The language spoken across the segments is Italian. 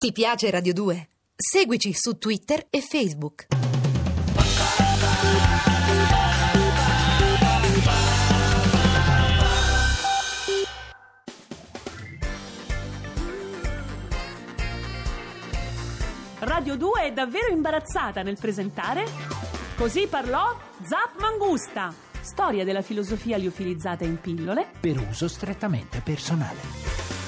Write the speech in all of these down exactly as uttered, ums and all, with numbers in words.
Ti piace Radio due? Seguici su Twitter e Facebook. Radio due è davvero imbarazzata nel presentare Così parlò Zap Mangusta, storia della filosofia liofilizzata in pillole per uso strettamente personale.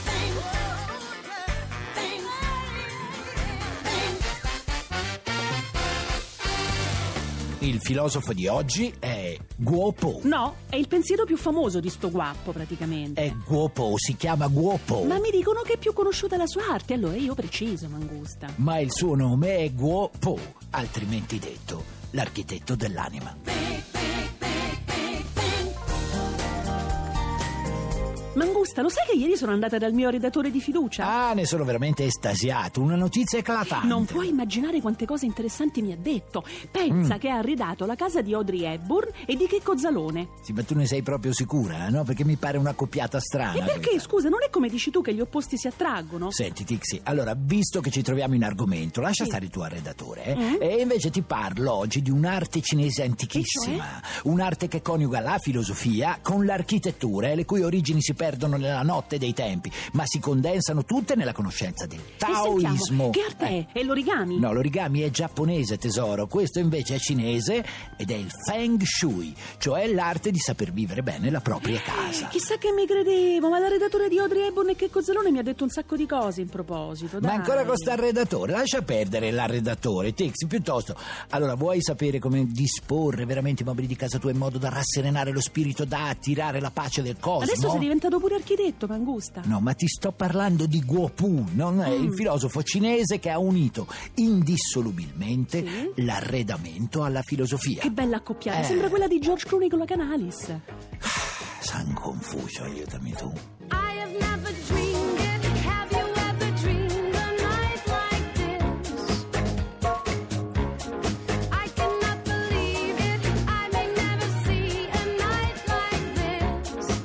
Il filosofo di oggi è Guo Po. No, è il pensiero più famoso di sto guappo praticamente. È Guo Po, si chiama Guo Po. Ma mi dicono che è più conosciuta la sua arte, allora io preciso, Mangusta. Ma il suo nome è Guo Po, altrimenti detto l'architetto dell'anima. Mangusta, lo sai che ieri sono andata dal mio redattore di fiducia? Ah, ne sono veramente estasiato, una notizia eclatante. Non puoi immaginare quante cose interessanti mi ha detto. Pensa Mm. che ha arredato la casa di Audrey Hepburn e di Checco Zalone. Sì, ma tu ne sei proprio sicura, no? Perché mi pare una coppiata strana. E perché, questa. scusa, non è come dici tu che gli opposti si attraggono? Senti, Tixi, allora, visto che ci troviamo in argomento, lascia Sì. stare il tuo redattore, eh? Mm. E invece ti parlo oggi di un'arte cinese antichissima, un'arte che coniuga la filosofia con l'architettura e le cui origini si perdono nella notte dei tempi, ma si condensano tutte nella conoscenza del E taoismo. sentiamo, che arte Eh. è? È l'origami? No, l'origami è giapponese, tesoro, questo invece è cinese ed è il Feng Shui, cioè l'arte di saper vivere bene la propria casa. Chissà che mi credevo, ma la redattore di Audrey Hepburn e Checco Zalone mi ha detto un sacco di cose in proposito, dai. Ma ancora con sta redattore, lascia perdere la redattore, Tixi, piuttosto. Allora, vuoi sapere come disporre veramente i mobili di casa tua in modo da rasserenare lo spirito, da attirare la pace del cosmo? Adesso sei diventato pure architetto, Mangusta. No, ma ti sto parlando di Guo Po, non è Mm. il filosofo cinese che ha unito indissolubilmente Sì. l'arredamento alla filosofia. Che bella accoppiata, Eh. sembra quella di George Clooney con la Canalis. San Confucio, aiutami tu. I have never dreamed it. Have you ever dreamed a night like this? I cannot believe it. I may never see a night like this.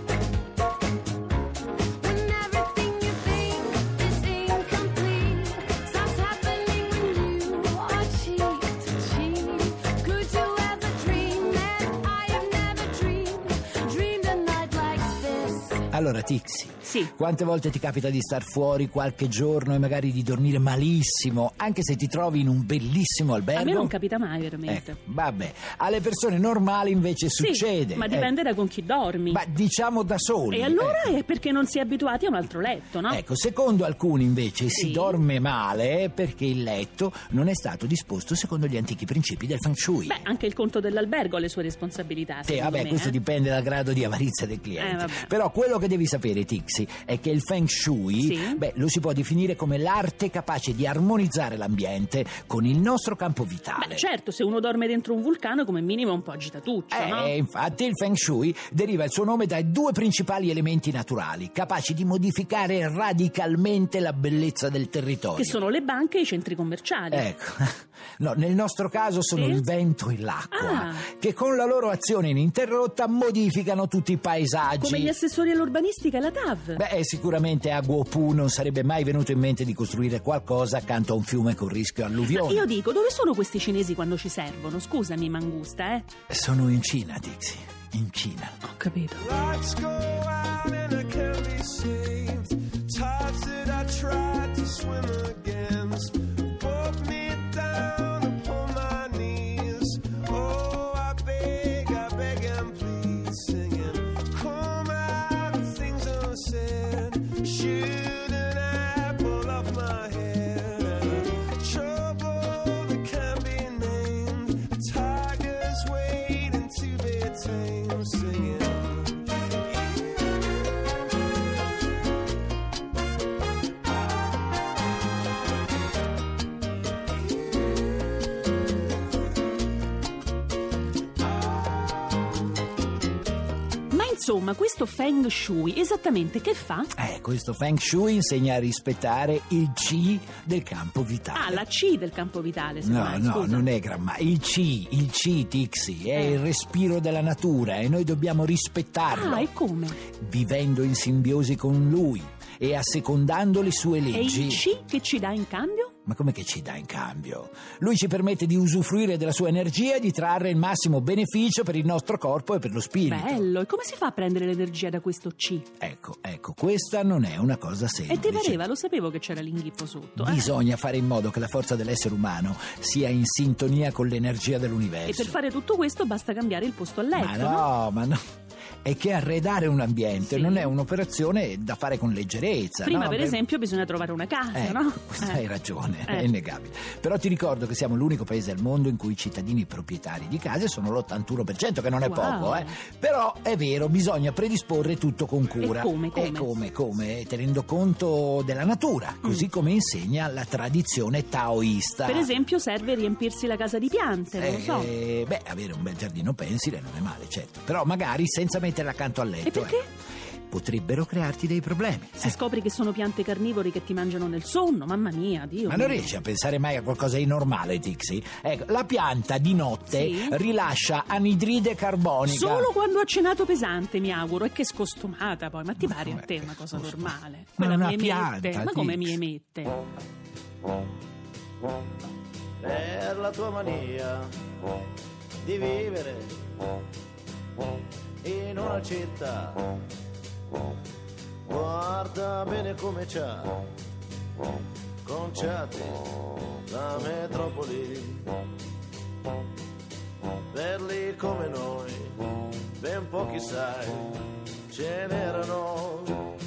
When everything you think is incomplete starts happening when you are cheek to cheek. Could you ever dream that I have never dreamed, dreamed a night like this? Allora, Tixi, Sì. quante volte ti capita di star fuori qualche giorno e magari di dormire malissimo, anche se ti trovi in un bellissimo albergo? A me non capita mai, veramente. Ecco, vabbè, alle persone normali invece Sì, succede. ma eh. dipende da con chi dormi. Ma diciamo da soli. E allora ecco. è perché non si è abituati a un altro letto, no? Ecco, secondo alcuni invece Sì. si dorme male perché il letto non è stato disposto secondo gli antichi principi del Feng Shui. Beh, anche il conto dell'albergo ha le sue responsabilità. Sì, secondo vabbè, me, questo eh. dipende dal grado di avarizia del cliente. Eh, vabbè. Però quello che devi sapere, Tixi, è che il Feng Shui, Sì. beh, lo si può definire come l'arte capace di armonizzare l'ambiente con il nostro campo vitale. Beh, certo, se uno dorme dentro un vulcano, come minimo è un po' agitatuccio, Eh, no? infatti il Feng Shui deriva il suo nome dai due principali elementi naturali, capaci di modificare radicalmente la bellezza del territorio. Che sono le banche e i centri commerciali. Ecco, no, nel nostro caso sono Sì? il vento e l'acqua, Ah. che con la loro azione ininterrotta modificano tutti i paesaggi. Come gli assessori all'urbanistica e la T A V. Beh, sicuramente a Guo Po non sarebbe mai venuto in mente di costruire qualcosa accanto a un fiume con rischio alluvione. Io dico, dove sono questi cinesi quando ci servono? Scusami, Mangusta, eh? Sono in Cina, Dixie, in Cina. Ho capito. Lights go out and I can't be saved. Tides that I tried to swim against brought me down upon my knees. Oh, I beg, I beg and please, singing, come out of things unsaid. Shoot an apple off my head. Trouble that can't be named. Tigers waiting to be tamed, singing. Insomma, questo Feng Shui esattamente che fa? Eh, questo Feng Shui insegna a rispettare il Qi del campo vitale. Ah, la C del campo vitale, No, semmai, no, scusa. non è grammatica. Il Qi, il Qi, Tixi, è Eh. il respiro della natura e noi dobbiamo rispettarlo. Ah, e come? Vivendo in simbiosi con lui e assecondando le sue E leggi. il Ci che ci dà in cambio? Ma come che ci dà in cambio? Lui ci permette di usufruire della sua energia e di trarre il massimo beneficio per il nostro corpo e per lo spirito. Bello, e come si fa a prendere l'energia da questo C? Ecco, ecco, questa non è una cosa E semplice. te pareva, lo sapevo che c'era l'inghippo sotto. eh? Bisogna fare in modo che la forza dell'essere umano sia in sintonia con l'energia E dell'universo. per fare tutto questo basta cambiare il posto a letto, Ma no? no, ma no. È che arredare un ambiente Sì. non è un'operazione da fare con leggerezza. Prima, no? per Beh, esempio, bisogna trovare una casa, Ecco, no? questa Eh. hai ragione, è Eh. innegabile. Però ti ricordo che siamo l'unico paese al mondo in cui i cittadini proprietari di case sono l'ottantuno per cento, che non è Wow. poco, eh. Però è vero, bisogna predisporre tutto con cura. E come, come? E come, come? Tenendo conto della natura, così come insegna la tradizione taoista. Per esempio, serve riempirsi la casa di piante, non lo so. Eh, beh, avere un bel giardino pensile non è male, certo. Però magari senza metterla accanto al letto. E perché? eh. Potrebbero crearti dei problemi. Se Eh. scopri che sono piante carnivori che ti mangiano nel sonno, mamma mia, Dio Ma mio. non riesci a pensare mai a qualcosa di normale, Tixi? Ecco, la pianta di notte Sì? rilascia anidride carbonica. Solo quando ha cenato pesante, mi auguro, e che scostumata poi. Ma ti pare a come te una cosa scostumata? normale? Ma Quella una mi emette. pianta, Ma come Tix. mi emette? Per la tua mania di vivere in una città, guarda bene come c'ha conciati la metropoli. Per lì come noi, ben pochi sai, ce n'erano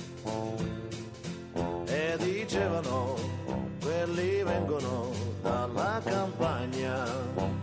e dicevano, quelli vengono dalla campagna.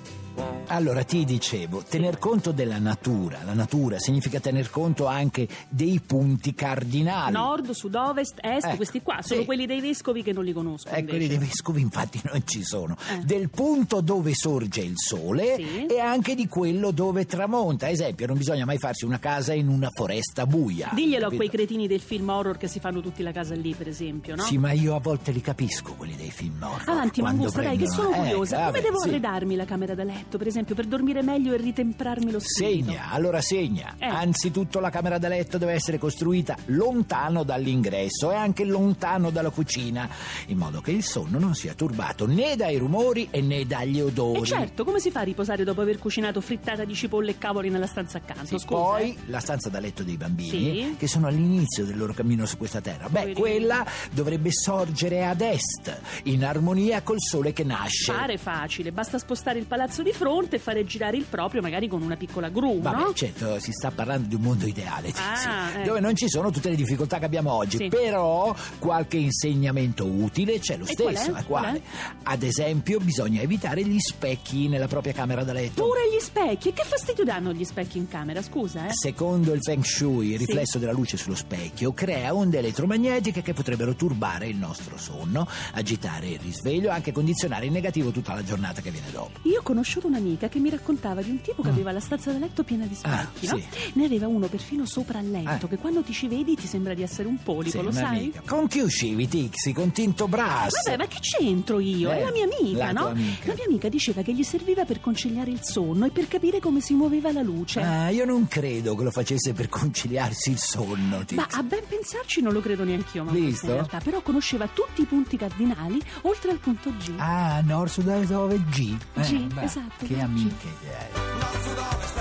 Allora ti dicevo, tener conto della natura. La natura significa tener conto anche dei punti cardinali. Nord, sud, ovest, est, Ecco, questi qua sono sì. quelli dei vescovi che non li conosco. Eh, quelli invece. dei vescovi infatti non ci sono. Eh. Del punto dove sorge il sole Sì. e anche di quello dove tramonta. Ad esempio, non bisogna mai farsi una casa in una foresta buia. Diglielo a capito? quei cretini del film horror che si fanno tutti la casa lì, per esempio, no? Sì, ma io a volte li capisco, quelli dei film horror. Avanti, Quando Mangusta, dai, che prendono- sono eh, curiosa. Come vabbè, devo sì. arredarmi la camera da letto, per esempio, per dormire meglio e ritemprarmi lo spirito? Segna, allora segna. Eh. Anzitutto la camera da letto deve essere costruita lontano dall'ingresso e anche lontano dalla cucina, in modo che il sonno non sia turbato né dai rumori e né dagli odori. E certo, come si fa a riposare dopo aver cucinato frittata di cipolle e cavoli nella stanza accanto? Sì, Scusa, poi eh. la stanza da letto dei bambini, Sì. che sono all'inizio del loro cammino su questa terra. Beh, Poverini. quella dovrebbe sorgere ad est, in armonia col sole che nasce. Fare facile, basta spostare il palazzo di fronte e fare girare il proprio magari con una piccola gru, Vabbè, no? certo, si sta parlando di un mondo ideale, Tizia, Ah, eh. dove non ci sono tutte le difficoltà che abbiamo oggi, Sì. però qualche insegnamento utile c'è lo E qual stesso. è? Eh, Qual quale? è? Ad esempio, bisogna evitare gli specchi nella propria camera da letto. Pure gli specchi, e che fastidio danno gli specchi in camera, scusa, eh? Secondo il Feng Shui, il Sì. riflesso della luce sullo specchio crea onde elettromagnetiche che potrebbero turbare il nostro sonno, agitare il risveglio e anche condizionare in negativo tutta la giornata che viene dopo. Io ho conosciuto un'amica che mi raccontava di un tipo che aveva la stanza da letto piena di specchi, Ah, no? sì. Ne aveva uno perfino sopra il letto, Ah. che quando ti ci vedi ti sembra di essere un polipo, Sì, lo sai? un'amica. Con chi uscivi, Tixi? Con Tinto Brass? Vabbè, ma che c'entro io? Eh, È la mia amica, la no? tua amica. La mia amica diceva che gli serviva per conciliare il sonno e per capire come si muoveva la luce. Ah, io non credo che lo facesse per conciliarsi il sonno, Tixi. Ma a ben pensarci non lo credo neanch'io, ma Visto? in realtà, però conosceva tutti i punti cardinali oltre al punto G. Ah, nord, sud, est, ovest, G. G, beh, esatto, Che G. amiche che hai. Nord, sud, ovest,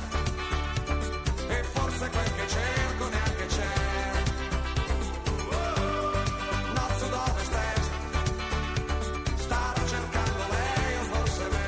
est. E forse quel che cerco neanche c'è. Nord, sud, ovest, est. Starò cercando lei o forse me.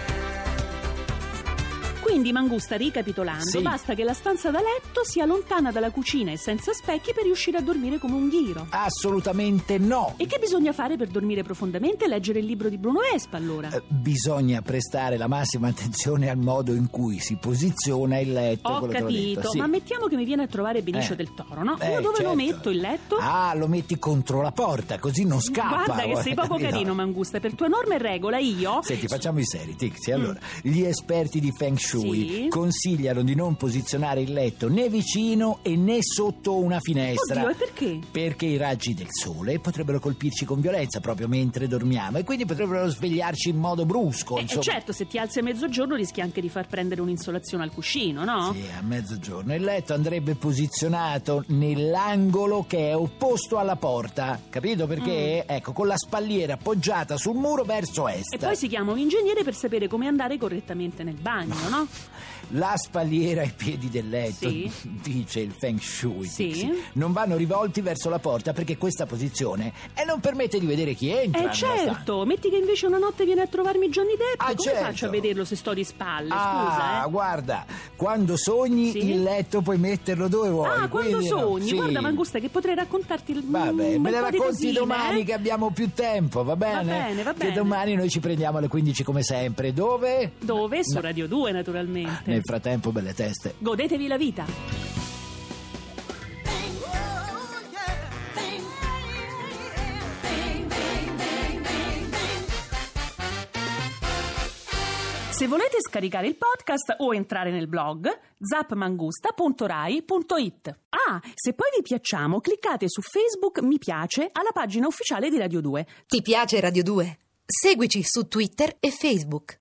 Quindi, Mangusta, ricapitolando, Sì. basta che la stanza da letto sia lontana dalla cucina e senza specchi per riuscire a dormire come un ghiro. Assolutamente no. E che bisogna fare per dormire profondamente? Leggere il libro di Bruno Vespa, allora. Eh, Bisogna prestare la massima attenzione al modo in cui si posiziona il letto. Ho quello che ho capito, detto, sì. ma mettiamo che mi viene a trovare Benicio Eh. del Toro, no? Eh, Io dove lo certo. metto il letto? Ah, lo metti contro la porta, così non scappa. Guarda che sei poco capito? carino, Mangusta. Per tua norma e regola io... Senti, facciamo i seri, Tixi. Allora, gli esperti di Feng Shui cui Sì. consigliano di non posizionare il letto né vicino e né sotto una finestra. Oddio, e perché? Perché i raggi del sole potrebbero colpirci con violenza proprio mentre dormiamo e quindi potrebbero svegliarci in modo brusco. Eh, insomma. certo, se ti alzi a mezzogiorno rischi anche di far prendere un'insolazione al cuscino, no? Sì, a mezzogiorno. Il letto andrebbe posizionato nell'angolo che è opposto alla porta, capito? Perché, Mm. ecco, con la spalliera appoggiata sul muro verso est. E poi si chiama un ingegnere per sapere come andare correttamente nel bagno, no? La spalliera ai piedi del letto, Sì. dice il Feng Shui, Sì. Tixi, non vanno rivolti verso la porta perché questa posizione e non permette di vedere chi entra. Eh nella stanza. certo, metti che invece una notte viene a trovarmi Johnny Depp, Ah, come certo. faccio a vederlo se sto di spalle? Ah, Scusa, eh. guarda, quando sogni Sì? il letto puoi metterlo dove vuoi. Ah, quando quindi no, sogni, sì. guarda Mangusta che potrei raccontarti il Vabbè, un me bel le po' di racconti cosine, domani eh? che abbiamo più tempo, va bene? bene, va Che bene. domani noi ci prendiamo alle quindici come sempre. Dove? Dove? Su No. Radio due, naturalmente. Nel frattempo, belle teste. Godetevi la vita. Se volete scaricare il podcast o entrare nel blog zap mangusta punto rai punto it. Ah, se poi vi piacciamo, cliccate su Facebook mi piace alla pagina ufficiale di Radio due. Ti piace Radio due? Seguici su Twitter e Facebook.